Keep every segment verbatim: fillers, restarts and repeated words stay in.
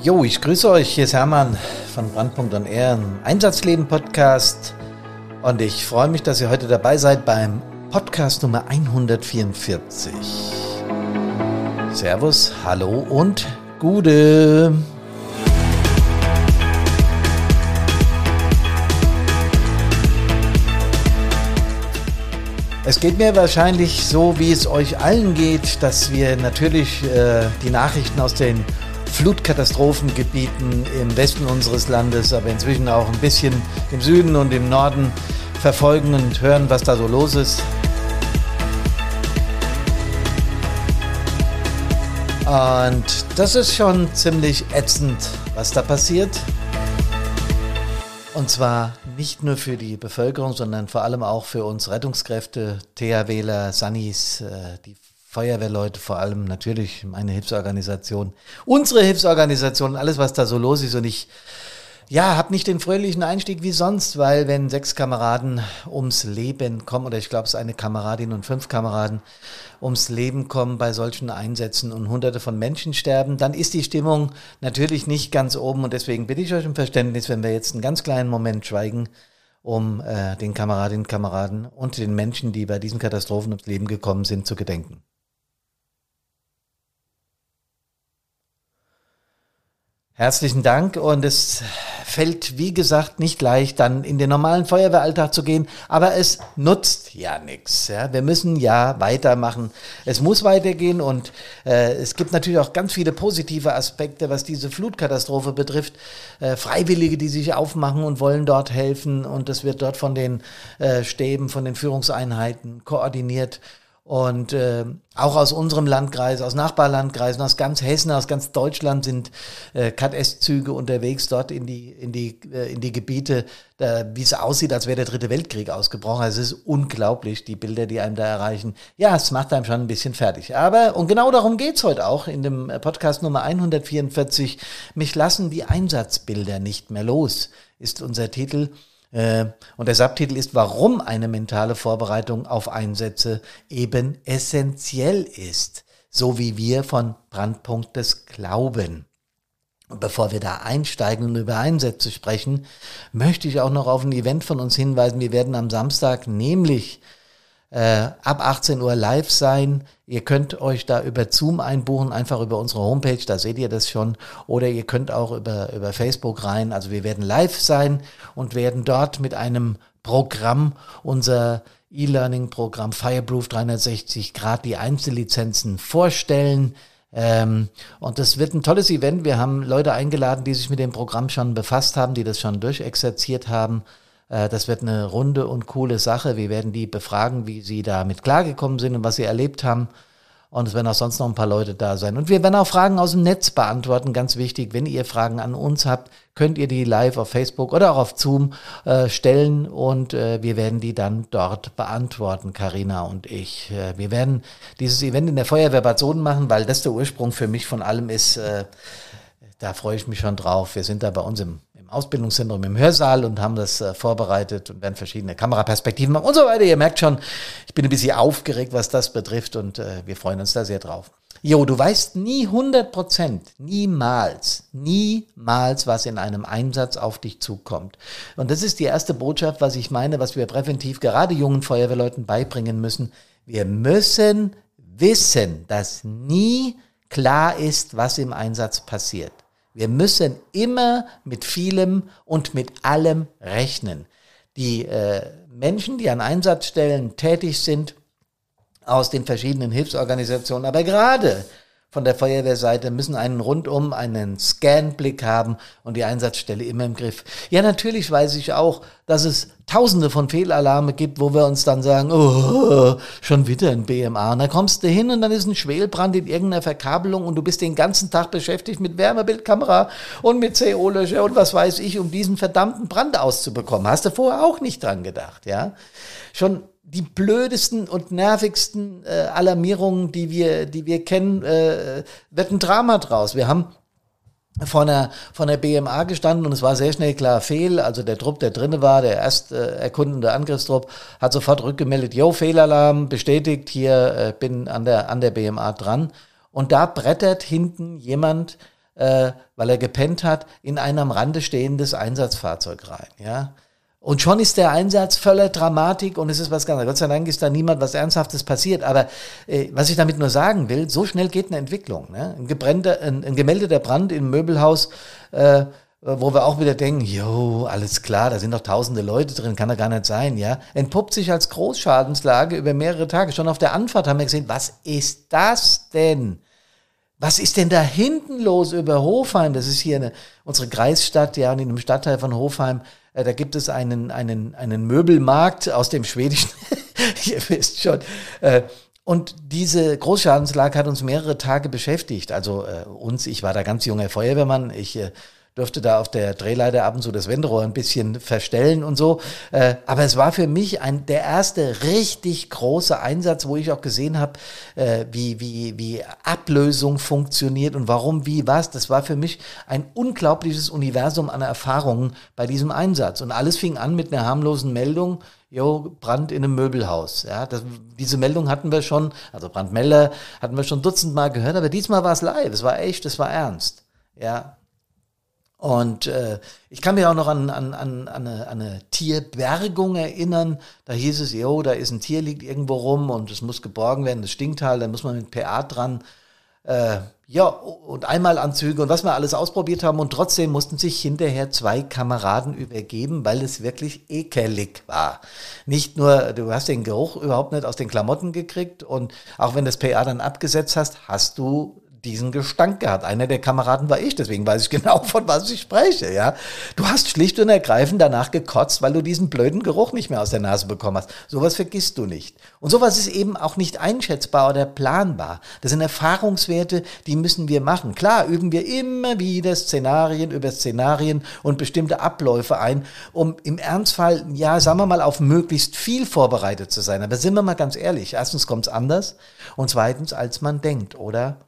Jo, ich grüße euch, hier ist Hermann von Brandpunkt on Air, im Einsatzleben-Podcast. Und ich freue mich, dass ihr heute dabei seid beim Podcast Nummer hundertvierundvierzig. Servus, hallo und Gude. Es geht mir wahrscheinlich so, wie es euch allen geht, dass wir natürlich äh, die Nachrichten aus den Flutkatastrophengebieten im Westen unseres Landes, aber inzwischen auch ein bisschen im Süden und im Norden verfolgen und hören, was da so los ist. Und das ist schon ziemlich ätzend, was da passiert. Und zwar nicht nur für die Bevölkerung, sondern vor allem auch für uns Rettungskräfte, THWler, Sannis, die Feuerwehrleute, vor allem natürlich meine Hilfsorganisation, unsere Hilfsorganisation, alles was da so los ist. Und ich ja, habe nicht den fröhlichen Einstieg wie sonst, weil wenn sechs Kameraden ums Leben kommen, oder ich glaube es ist eine Kameradin und fünf Kameraden ums Leben kommen bei solchen Einsätzen und hunderte von Menschen sterben, dann ist die Stimmung natürlich nicht ganz oben. Und deswegen bitte ich euch um Verständnis, wenn wir jetzt einen ganz kleinen Moment schweigen, um äh, den Kameradinnen und Kameraden und den Menschen, die bei diesen Katastrophen ums Leben gekommen sind, zu gedenken. Herzlichen Dank, und es fällt, wie gesagt, nicht leicht, dann in den normalen Feuerwehralltag zu gehen, aber es nutzt ja nichts. Ja? Wir müssen ja weitermachen. Es muss weitergehen, und äh, es gibt natürlich auch ganz viele positive Aspekte, was diese Flutkatastrophe betrifft. Äh, Freiwillige, die sich aufmachen und wollen dort helfen, und das wird dort von den äh, Stäben, von den Führungseinheiten koordiniert. Und äh, auch aus unserem Landkreis, aus Nachbarlandkreisen, aus ganz Hessen, aus ganz Deutschland sind äh, Cat S-Züge unterwegs dort in die in die äh, in die Gebiete, da, wie es aussieht, als wäre der dritte Weltkrieg ausgebrochen. Also es ist unglaublich, die Bilder, die einem da erreichen. Ja, es macht einem schon ein bisschen fertig. Aber, und genau darum geht's heute auch in dem Podcast Nummer hundertvierundvierzig. Mich lassen die Einsatzbilder nicht mehr los, ist unser Titel. Und der Subtitel ist, warum eine mentale Vorbereitung auf Einsätze eben essentiell ist, so wie wir von Brandpunkt des glauben. Und bevor wir da einsteigen und über Einsätze sprechen, möchte ich auch noch auf ein Event von uns hinweisen. Wir werden am Samstag nämlich äh, ab achtzehn Uhr live sein. Ihr könnt euch da über Zoom einbuchen, einfach über unsere Homepage, da seht ihr das schon. Oder ihr könnt auch über, über Facebook rein. Also wir werden live sein und werden dort mit einem Programm, unser E-Learning-Programm Fireproof dreihundertsechzig Grad, die Einzellizenzen vorstellen. Ähm, und das wird ein tolles Event. Wir haben Leute eingeladen, die sich mit dem Programm schon befasst haben, die das schon durchexerziert haben. Das wird eine runde und coole Sache. Wir werden die befragen, wie sie damit klargekommen sind und was sie erlebt haben. Und es werden auch sonst noch ein paar Leute da sein. Und wir werden auch Fragen aus dem Netz beantworten. Ganz wichtig, wenn ihr Fragen an uns habt, könnt ihr die live auf Facebook oder auch auf Zoom äh, stellen. Und äh, wir werden die dann dort beantworten, Carina und ich. Äh, wir werden dieses Event in der Feuerwehr Bad Soden machen, weil das der Ursprung für mich von allem ist. Äh, da freue ich mich schon drauf. Wir sind da bei uns im Ausbildungszentrum im Hörsaal und haben das äh, vorbereitet und werden verschiedene Kameraperspektiven machen und so weiter. Ihr merkt schon, ich bin ein bisschen aufgeregt, was das betrifft, und äh, wir freuen uns da sehr drauf. Jo, du weißt nie hundert Prozent, niemals, niemals, was in einem Einsatz auf dich zukommt. Und das ist die erste Botschaft, was ich meine, was wir präventiv gerade jungen Feuerwehrleuten beibringen müssen. Wir müssen wissen, dass nie klar ist, was im Einsatz passiert. Wir müssen immer mit vielem und mit allem rechnen. Die äh, Menschen, die an Einsatzstellen tätig sind, aus den verschiedenen Hilfsorganisationen, aber gerade von der Feuerwehrseite, müssen einen rundum einen Scan-Blick haben und die Einsatzstelle immer im Griff. Ja, natürlich weiß ich auch, dass es tausende von Fehlalarme gibt, wo wir uns dann sagen, oh, schon wieder ein B M A. Und dann kommst du hin und dann ist ein Schwelbrand in irgendeiner Verkabelung und du bist den ganzen Tag beschäftigt mit Wärmebildkamera und mit C O-Löscher und was weiß ich, um diesen verdammten Brand auszubekommen. Hast du vorher auch nicht dran gedacht, ja? Schon die blödesten und nervigsten äh, Alarmierungen, die wir, die wir kennen, äh, wird ein Drama draus. Wir haben vor einer, von der B M A gestanden und es war sehr schnell klar Fehl. Also der Trupp, der drinne war, der erst äh, erkundende Angriffstrupp, hat sofort rückgemeldet, jo, Fehlalarm, bestätigt, hier äh, bin an der, an der B M A dran. Und da brettert hinten jemand äh, weil er gepennt hat, in ein am Rande stehendes Einsatzfahrzeug rein, ja. Und schon ist der Einsatz voller Dramatik und es ist was ganz, Gott sei Dank ist da niemand was Ernsthaftes passiert, aber äh, was ich damit nur sagen will, so schnell geht eine Entwicklung, ne? Ein, gebrannter, ein, ein gemeldeter Brand im Möbelhaus, äh, wo wir auch wieder denken, jo, alles klar, da sind doch tausende Leute drin, kann doch gar nicht sein, ja, entpuppt sich als Großschadenslage über mehrere Tage. Schon auf der Anfahrt haben wir gesehen, was ist das denn? Was ist denn da hinten los über Hofheim? Das ist hier eine, unsere Kreisstadt, ja, und in einem Stadtteil von Hofheim, äh, da gibt es einen, einen, einen Möbelmarkt aus dem Schwedischen, ihr wisst schon, äh, und diese Großschadenslage hat uns mehrere Tage beschäftigt. Also äh, uns, ich war da ganz junger Feuerwehrmann, ich äh, durfte da auf der Drehleiter ab und zu das Wenderohr ein bisschen verstellen und so. Äh, aber es war für mich ein, der erste richtig große Einsatz, wo ich auch gesehen habe, äh, wie, wie, wie Ablösung funktioniert und warum, wie, was. Das war für mich ein unglaubliches Universum an Erfahrungen bei diesem Einsatz. Und alles fing an mit einer harmlosen Meldung, jo, Brand in einem Möbelhaus. Ja, das, diese Meldung hatten wir schon, also Brandmelder hatten wir schon dutzendmal gehört, aber diesmal war es live, es war echt, es war ernst. Ja. Und äh, ich kann mich auch noch an, an, an, an, eine, an eine Tierbergung erinnern. Da hieß es, jo, da ist ein Tier, liegt irgendwo rum und es muss geborgen werden, das stinkt halt, da muss man mit P A dran. Äh, ja, und Einmalanzüge und was wir alles ausprobiert haben. Und trotzdem mussten sich hinterher zwei Kameraden übergeben, weil es wirklich ekelig war. Nicht nur, du hast den Geruch überhaupt nicht aus den Klamotten gekriegt und auch wenn das P A dann abgesetzt hast, hast du diesen Gestank gehabt. Einer der Kameraden war ich, deswegen weiß ich genau, von was ich spreche, ja. Du hast schlicht und ergreifend danach gekotzt, weil du diesen blöden Geruch nicht mehr aus der Nase bekommen hast. Sowas vergisst du nicht. Und sowas ist eben auch nicht einschätzbar oder planbar. Das sind Erfahrungswerte, die müssen wir machen. Klar üben wir immer wieder Szenarien über Szenarien und bestimmte Abläufe ein, um im Ernstfall, ja, sagen wir mal, auf möglichst viel vorbereitet zu sein. Aber sind wir mal ganz ehrlich, erstens kommt es anders und zweitens, als man denkt, oder?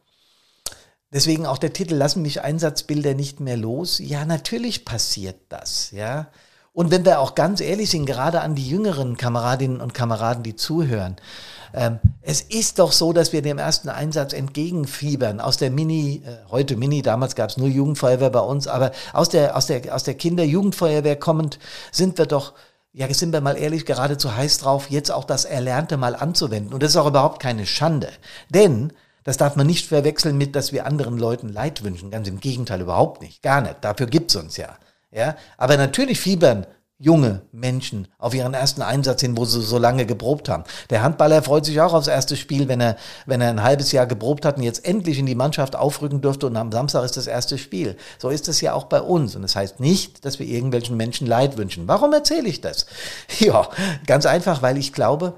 Deswegen auch der Titel, lassen mich Einsatzbilder nicht mehr los. Ja, natürlich passiert das, ja. Und wenn wir auch ganz ehrlich sind, gerade an die jüngeren Kameradinnen und Kameraden, die zuhören, ähm, es ist doch so, dass wir dem ersten Einsatz entgegenfiebern. Aus der Mini, äh, heute Mini, damals gab es nur Jugendfeuerwehr bei uns, aber aus der, aus der, aus der Kinder-Jugendfeuerwehr kommend sind wir doch, ja, sind wir mal ehrlich, geradezu heiß drauf, jetzt auch das Erlernte mal anzuwenden. Und das ist auch überhaupt keine Schande. Denn das darf man nicht verwechseln mit, dass wir anderen Leuten Leid wünschen. Ganz im Gegenteil, überhaupt nicht. Gar nicht. Dafür gibt's uns ja. Ja. Aber natürlich fiebern junge Menschen auf ihren ersten Einsatz hin, wo sie so lange geprobt haben. Der Handballer freut sich auch aufs erste Spiel, wenn er, wenn er ein halbes Jahr geprobt hat und jetzt endlich in die Mannschaft aufrücken durfte und am Samstag ist das erste Spiel. So ist es ja auch bei uns. Und das heißt nicht, dass wir irgendwelchen Menschen Leid wünschen. Warum erzähle ich das? Ja, ganz einfach, weil ich glaube,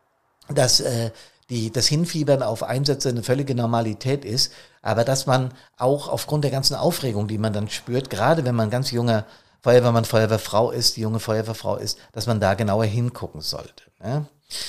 dass äh, die, das Hinfiebern auf Einsätze eine völlige Normalität ist, aber dass man auch aufgrund der ganzen Aufregung, die man dann spürt, gerade wenn man ganz junger Feuerwehrmann, Feuerwehrfrau ist, die junge Feuerwehrfrau ist, dass man da genauer hingucken sollte. Ne?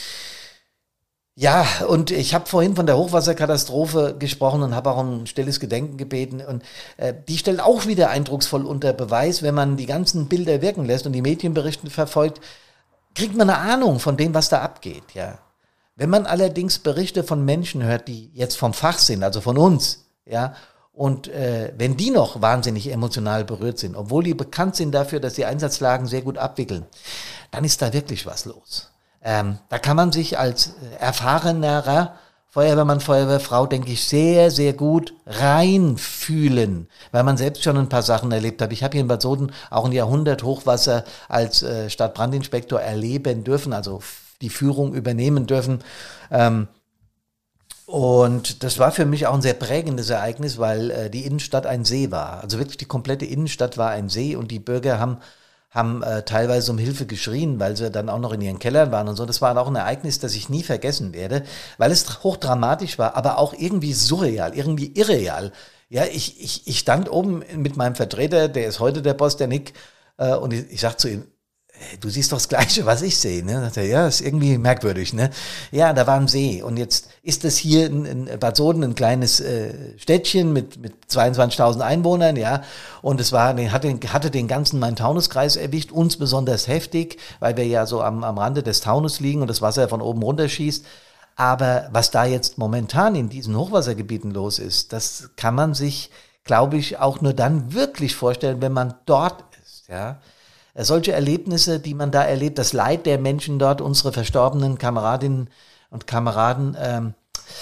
Ja, und ich habe vorhin von der Hochwasserkatastrophe gesprochen und habe auch um stilles Gedenken gebeten und äh, die stellt auch wieder eindrucksvoll unter Beweis, wenn man die ganzen Bilder wirken lässt und die Medienberichte verfolgt, kriegt man eine Ahnung von dem, was da abgeht, ja. Wenn man allerdings Berichte von Menschen hört, die jetzt vom Fach sind, also von uns, ja, und äh, wenn die noch wahnsinnig emotional berührt sind, obwohl die bekannt sind dafür, dass die Einsatzlagen sehr gut abwickeln, dann ist da wirklich was los. Ähm, da kann man sich als erfahrenerer Feuerwehrmann, Feuerwehrfrau, denke ich, sehr, sehr gut reinfühlen, weil man selbst schon ein paar Sachen erlebt hat. Ich habe hier in Bad Soden auch ein Jahrhundert Hochwasser als äh, Stadtbrandinspektor erleben dürfen, also die Führung übernehmen dürfen. Ähm, und das war für mich auch ein sehr prägendes Ereignis, weil äh, die Innenstadt ein See war. Also wirklich die komplette Innenstadt war ein See und die Bürger haben, haben äh, teilweise um Hilfe geschrien, weil sie dann auch noch in ihren Kellern waren und so. Das war auch ein Ereignis, das ich nie vergessen werde, weil es hochdramatisch war, aber auch irgendwie surreal, irgendwie irreal. Ja, ich, ich, ich stand oben mit meinem Vertreter, der ist heute der Boss, der Nick, äh, und ich, ich sag zu ihm, du siehst doch das Gleiche, was ich sehe, ne? Sagt er, ja, ist irgendwie merkwürdig, ne? Ja, da war ein See und jetzt ist das hier in, in Bad Soden ein kleines äh, Städtchen mit mit zweiundzwanzigtausend Einwohnern, ja, und es war, hatte, hatte den ganzen Main-Taunus-Kreis erwischt, uns besonders heftig, weil wir ja so am, am Rande des Taunus liegen und das Wasser von oben runterschießt. Aber was da jetzt momentan in diesen Hochwassergebieten los ist, das kann man sich glaube ich, auch nur dann wirklich vorstellen, wenn man dort ist, ja. Solche Erlebnisse, die man da erlebt, das Leid der Menschen dort, unsere verstorbenen Kameradinnen und Kameraden, ähm,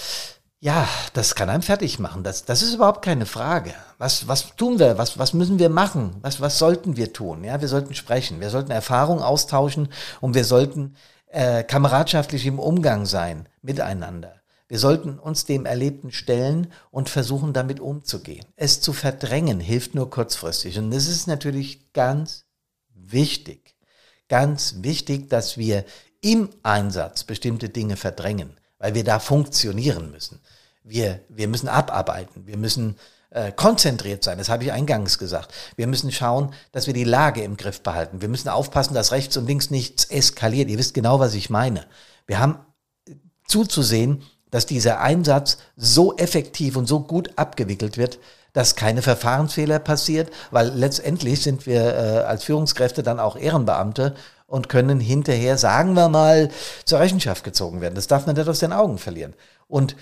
ja, das kann einem fertig machen. Das, das ist überhaupt keine Frage. Was, was tun wir? Was, was müssen wir machen? Was, was sollten wir tun? Ja, wir sollten sprechen. Wir sollten Erfahrungen austauschen und wir sollten äh, kameradschaftlich im Umgang sein miteinander. Wir sollten uns dem Erlebten stellen und versuchen, damit umzugehen. Es zu verdrängen hilft nur kurzfristig. Und es ist natürlich ganz wichtig, ganz wichtig, dass wir im Einsatz bestimmte Dinge verdrängen, weil wir da funktionieren müssen. Wir, wir müssen abarbeiten, wir müssen äh, konzentriert sein, das habe ich eingangs gesagt. Wir müssen schauen, dass wir die Lage im Griff behalten. Wir müssen aufpassen, dass rechts und links nichts eskaliert. Ihr wisst genau, was ich meine. Wir haben zuzusehen, dass dieser Einsatz so effektiv und so gut abgewickelt wird, dass keine Verfahrensfehler passiert, weil letztendlich sind wir äh, als Führungskräfte dann auch Ehrenbeamte und können hinterher, sagen wir mal, zur Rechenschaft gezogen werden. Das darf man nicht aus den Augen verlieren. Und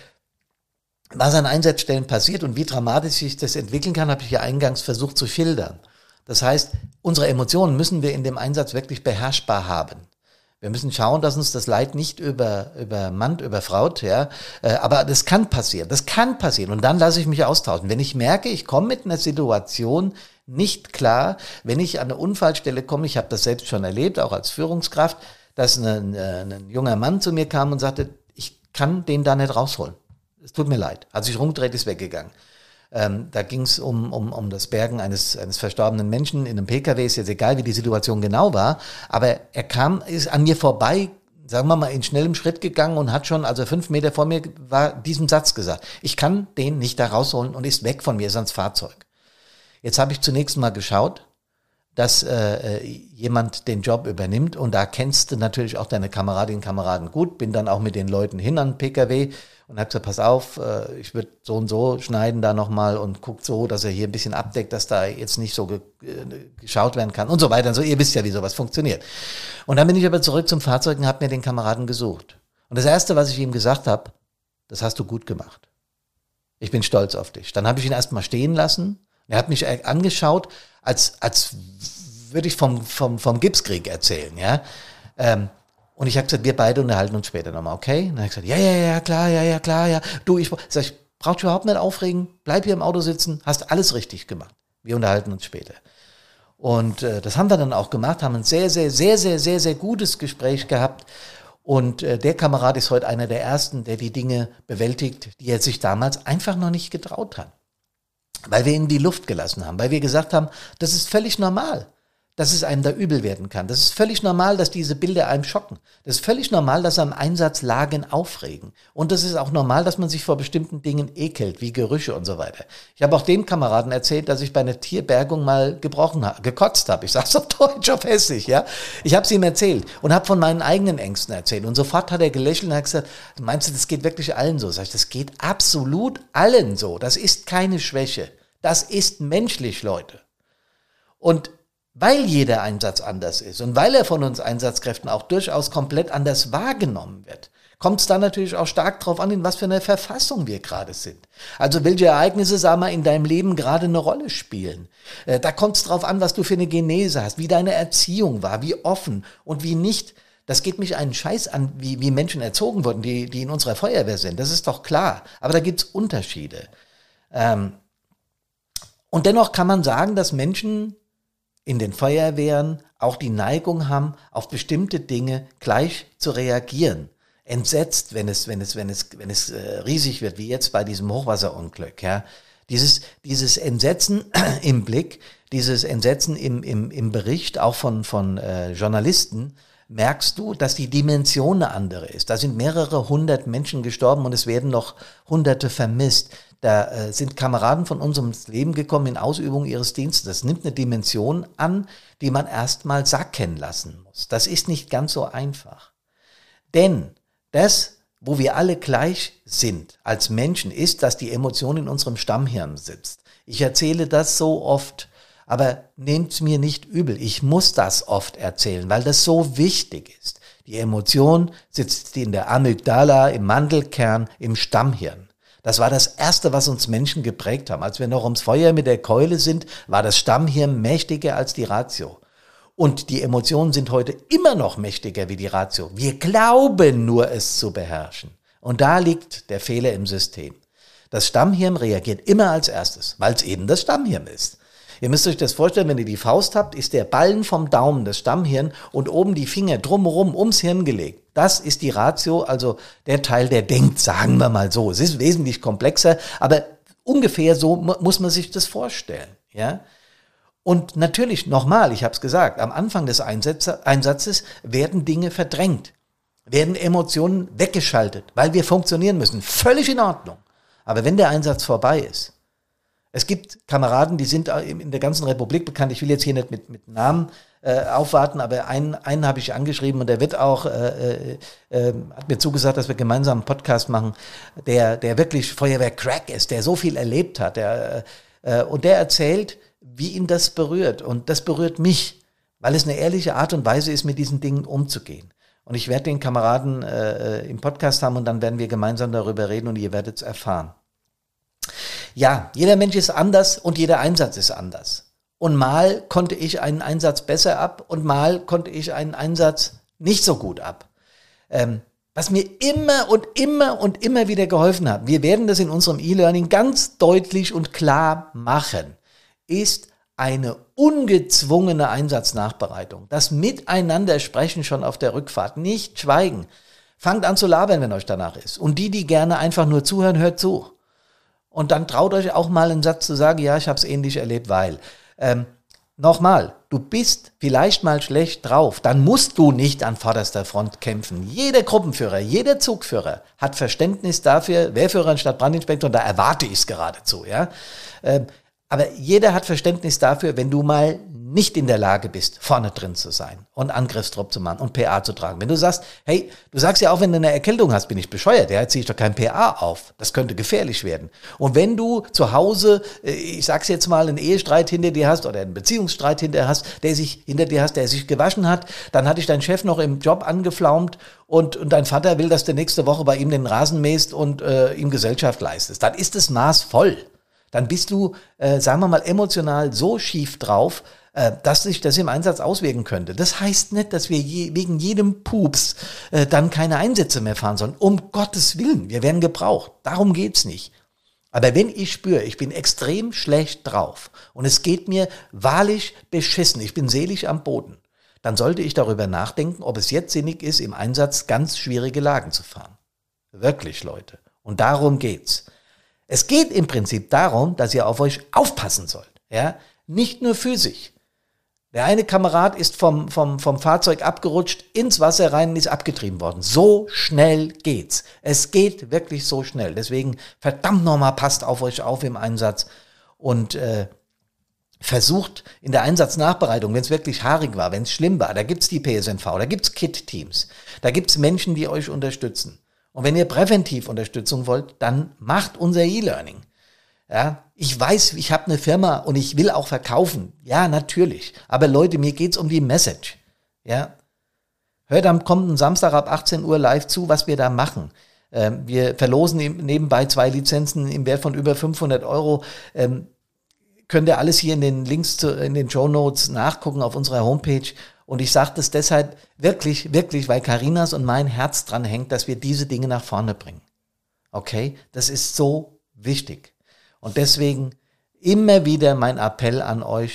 was an Einsatzstellen passiert und wie dramatisch sich das entwickeln kann, habe ich ja eingangs versucht zu schildern. Das heißt, unsere Emotionen müssen wir in dem Einsatz wirklich beherrschbar haben. Wir müssen schauen, dass uns das Leid nicht über, übermannt, überfraut, ja. Aber das kann passieren, das kann passieren. Und dann lasse ich mich austauschen. Wenn ich merke, ich komme mit einer Situation nicht klar, wenn ich an eine Unfallstelle komme, ich habe das selbst schon erlebt, auch als Führungskraft, dass ein, ein junger Mann zu mir kam und sagte, ich kann den da nicht rausholen. Es tut mir leid. Hat sich rumgedreht, ist weggegangen. Ähm, da ging es um, um, um das Bergen eines, eines verstorbenen Menschen in einem P K W. Ist jetzt egal, wie die Situation genau war. Aber er kam, ist an mir vorbei, sagen wir mal, in schnellem Schritt gegangen und hat schon, also fünf Meter vor mir war, diesen Satz gesagt. Ich kann den nicht da rausholen und ist weg von mir, ist ans Fahrzeug. Jetzt habe ich zunächst mal geschaut, dass äh, jemand den Job übernimmt und da kennst du natürlich auch deine Kameradinnen und Kameraden gut. Bin dann auch mit den Leuten hin an den P K W und habe gesagt, pass auf, äh, ich würde so und so schneiden da nochmal und guckt so, dass er hier ein bisschen abdeckt, dass da jetzt nicht so ge äh, geschaut werden kann und so weiter. Und so, ihr wisst ja, wie sowas funktioniert. Und dann bin ich aber zurück zum Fahrzeug und habe mir den Kameraden gesucht. Und das Erste, was ich ihm gesagt habe, das hast du gut gemacht. Ich bin stolz auf dich. Dann habe ich ihn erstmal stehen lassen. Er hat mich angeschaut, als, als würde ich vom, vom, vom Gipskrieg erzählen, ja. Ähm, und ich habe gesagt, wir beide unterhalten uns später nochmal, okay? Und dann habe ich gesagt, ja, ja, ja, klar, ja, ja, klar, ja. Du, ich, sag ich, brauch dich überhaupt nicht aufregen, bleib hier im Auto sitzen, hast alles richtig gemacht. Wir unterhalten uns später. Und äh, das haben wir dann auch gemacht, haben ein sehr, sehr, sehr, sehr, sehr, sehr gutes Gespräch gehabt. Und äh, der Kamerad ist heute einer der Ersten, der die Dinge bewältigt, die er sich damals einfach noch nicht getraut hat. Weil wir ihn in die Luft gelassen haben, weil wir gesagt haben, das ist völlig normal, dass es einem da übel werden kann. Das ist völlig normal, dass diese Bilder einem schocken. Das ist völlig normal, dass am Einsatz Lagen aufregen. Und das ist auch normal, dass man sich vor bestimmten Dingen ekelt, wie Gerüche und so weiter. Ich habe auch dem Kameraden erzählt, dass ich bei einer Tierbergung mal gebrochen habe, gekotzt habe. Ich sage es auf Deutsch, auf Hessisch, ja. Ich habe es ihm erzählt und habe von meinen eigenen Ängsten erzählt. Und sofort hat er gelächelt und hat gesagt, meinst du, das geht wirklich allen so? Sag ich, das geht absolut allen so. Das ist keine Schwäche. Das ist menschlich, Leute. Und weil jeder Einsatz anders ist und weil er von uns Einsatzkräften auch durchaus komplett anders wahrgenommen wird, kommt es dann natürlich auch stark drauf an, in was für einer Verfassung wir gerade sind. Also welche Ereignisse, sag mal, in deinem Leben gerade eine Rolle spielen. Äh, da kommt es drauf an, was du für eine Genese hast, wie deine Erziehung war, wie offen und wie nicht. Das geht mich einen Scheiß an, wie, wie Menschen erzogen wurden, die, die in unserer Feuerwehr sind. Das ist doch klar. Aber da gibt's Unterschiede. Ähm, und dennoch kann man sagen, dass Menschen in den Feuerwehren auch die Neigung haben, auf bestimmte Dinge gleich zu reagieren. Entsetzt, wenn es, wenn es, wenn es, wenn es äh, riesig wird, wie jetzt bei diesem Hochwasserunglück, ja. Dieses, dieses Entsetzen im Blick, dieses Entsetzen im, im, im Bericht, auch von, von äh, Journalisten, merkst du, dass die Dimension eine andere ist. Da sind mehrere hundert Menschen gestorben und es werden noch Hunderte vermisst. Da äh, sind Kameraden von uns ums Leben gekommen in Ausübung ihres Dienstes. Das nimmt eine Dimension an, die man erstmal sacken lassen muss. Das ist nicht ganz so einfach. Denn das, wo wir alle gleich sind als Menschen, ist, dass die Emotion in unserem Stammhirn sitzt. Ich erzähle das so oft, aber nehmt's mir nicht übel. Ich muss das oft erzählen, weil das so wichtig ist. Die Emotion sitzt in der Amygdala, im Mandelkern, im Stammhirn. Das war das Erste, was uns Menschen geprägt haben. Als wir noch ums Feuer mit der Keule sind, war das Stammhirn mächtiger als die Ratio. Und die Emotionen sind heute immer noch mächtiger wie die Ratio. Wir glauben nur, es zu beherrschen. Und da liegt der Fehler im System. Das Stammhirn reagiert immer als erstes, weil es eben das Stammhirn ist. Ihr müsst euch das vorstellen, wenn ihr die Faust habt, ist der Ballen vom Daumen das Stammhirn und oben die Finger drumherum ums Hirn gelegt. Das ist die Ratio, also der Teil, der denkt, sagen wir mal so. Es ist wesentlich komplexer, aber ungefähr so muss man sich das vorstellen. Ja? Und natürlich, nochmal, ich habe es gesagt, am Anfang des Einsatzes werden Dinge verdrängt, werden Emotionen weggeschaltet, weil wir funktionieren müssen. Völlig in Ordnung. Aber wenn der Einsatz vorbei ist, es gibt Kameraden, die sind in der ganzen Republik bekannt. Ich will jetzt hier nicht mit, mit Namen äh, aufwarten, aber einen, einen habe ich angeschrieben und der wird auch, äh, äh, hat mir zugesagt, dass wir gemeinsam einen Podcast machen, der, der wirklich Feuerwehr-Crack ist, der so viel erlebt hat. Der, äh, und der erzählt, wie ihn das berührt. Und das berührt mich, weil es eine ehrliche Art und Weise ist, mit diesen Dingen umzugehen. Und ich werde den Kameraden äh, im Podcast haben und dann werden wir gemeinsam darüber reden und ihr werdet es erfahren. Ja, jeder Mensch ist anders und jeder Einsatz ist anders. Und mal konnte ich einen Einsatz besser ab und mal konnte ich einen Einsatz nicht so gut ab. Ähm, was mir immer und immer und immer wieder geholfen hat, wir werden das in unserem E-Learning ganz deutlich und klar machen, ist eine ungezwungene Einsatznachbereitung. Das Miteinander sprechen schon auf der Rückfahrt, nicht schweigen. Fangt an zu labern, wenn euch danach ist. Und die, die gerne einfach nur zuhören, hört zu. Und dann traut euch auch mal einen Satz zu sagen, ja, ich habe es ähnlich erlebt, weil. Ähm, nochmal, du bist vielleicht mal schlecht drauf, dann musst du nicht an vorderster Front kämpfen. Jeder Gruppenführer, jeder Zugführer hat Verständnis dafür, Wehrführer statt Brandinspektor, da erwarte ich es geradezu. Ja? Ähm, aber jeder hat Verständnis dafür, wenn du mal nicht in der Lage bist, vorne drin zu sein und Angriffstrupp zu machen und P A zu tragen. Wenn du sagst, hey, du sagst ja auch, wenn du eine Erkältung hast, bin ich bescheuert, ja, jetzt ziehe ich doch kein P A auf. Das könnte gefährlich werden. Und wenn du zu Hause, ich sag's jetzt mal, einen Ehestreit hinter dir hast oder einen Beziehungsstreit hinter dir hast, der sich hinter dir hast, der sich gewaschen hat, dann hat dich dein Chef noch im Job angeflaumt und, und dein Vater will, dass du nächste Woche bei ihm den Rasen mähst und äh, ihm Gesellschaft leistest. Dann ist das Maß voll. Dann bist du, äh, sagen wir mal, emotional so schief drauf, äh, dass sich das im Einsatz auswirken könnte. Das heißt nicht, dass wir je, wegen jedem Pups äh, dann keine Einsätze mehr fahren sollen. Um Gottes Willen, wir werden gebraucht. Darum geht's nicht. Aber wenn ich spüre, ich bin extrem schlecht drauf und es geht mir wahrlich beschissen, ich bin seelisch am Boden, dann sollte ich darüber nachdenken, ob es jetzt sinnig ist, im Einsatz ganz schwierige Lagen zu fahren. Wirklich, Leute. Und darum geht's. Es geht im Prinzip darum, dass ihr auf euch aufpassen sollt. Ja? Nicht nur physisch. Der eine Kamerad ist vom, vom, vom Fahrzeug abgerutscht, ins Wasser rein und ist abgetrieben worden. So schnell geht's. Es geht wirklich so schnell. Deswegen verdammt nochmal, passt auf euch auf im Einsatz und äh, versucht in der Einsatznachbereitung, wenn es wirklich haarig war, wenn es schlimm war, da gibt's die P S N V, da gibt's Kit-Teams, da gibt's Menschen, die euch unterstützen. Und wenn ihr präventiv Unterstützung wollt, dann macht unser E-Learning. Ja, ich weiß, ich habe eine Firma und ich will auch verkaufen. Ja, natürlich. Aber Leute, mir geht's um die Message. Ja, hört am kommenden Samstag ab achtzehn Uhr live zu, was wir da machen. Ähm, wir verlosen nebenbei zwei Lizenzen im Wert von über fünfhundert Euro. Ähm, könnt ihr alles hier in den Links zu, in den Shownotes nachgucken auf unserer Homepage. Und ich sage das deshalb wirklich, wirklich, weil Carinas und mein Herz dran hängt, dass wir diese Dinge nach vorne bringen. Okay? Das ist so wichtig. Und deswegen immer wieder mein Appell an euch,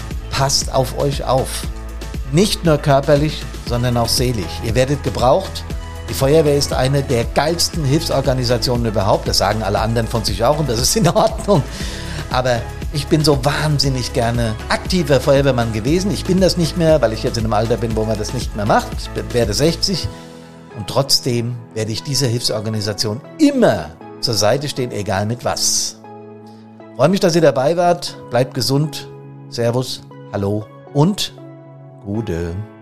passt auf euch auf. Nicht nur körperlich, sondern auch seelisch. Ihr werdet gebraucht. Die Feuerwehr ist eine der geilsten Hilfsorganisationen überhaupt. Das sagen alle anderen von sich auch und das ist in Ordnung. Aber ich bin so wahnsinnig gerne aktiver Feuerwehrmann gewesen. Ich bin das nicht mehr, weil ich jetzt in einem Alter bin, wo man das nicht mehr macht. Ich werde sechzig und trotzdem werde ich dieser Hilfsorganisation immer zur Seite stehen, egal mit was. Ich freue mich, dass ihr dabei wart. Bleibt gesund. Servus, hallo und Gude.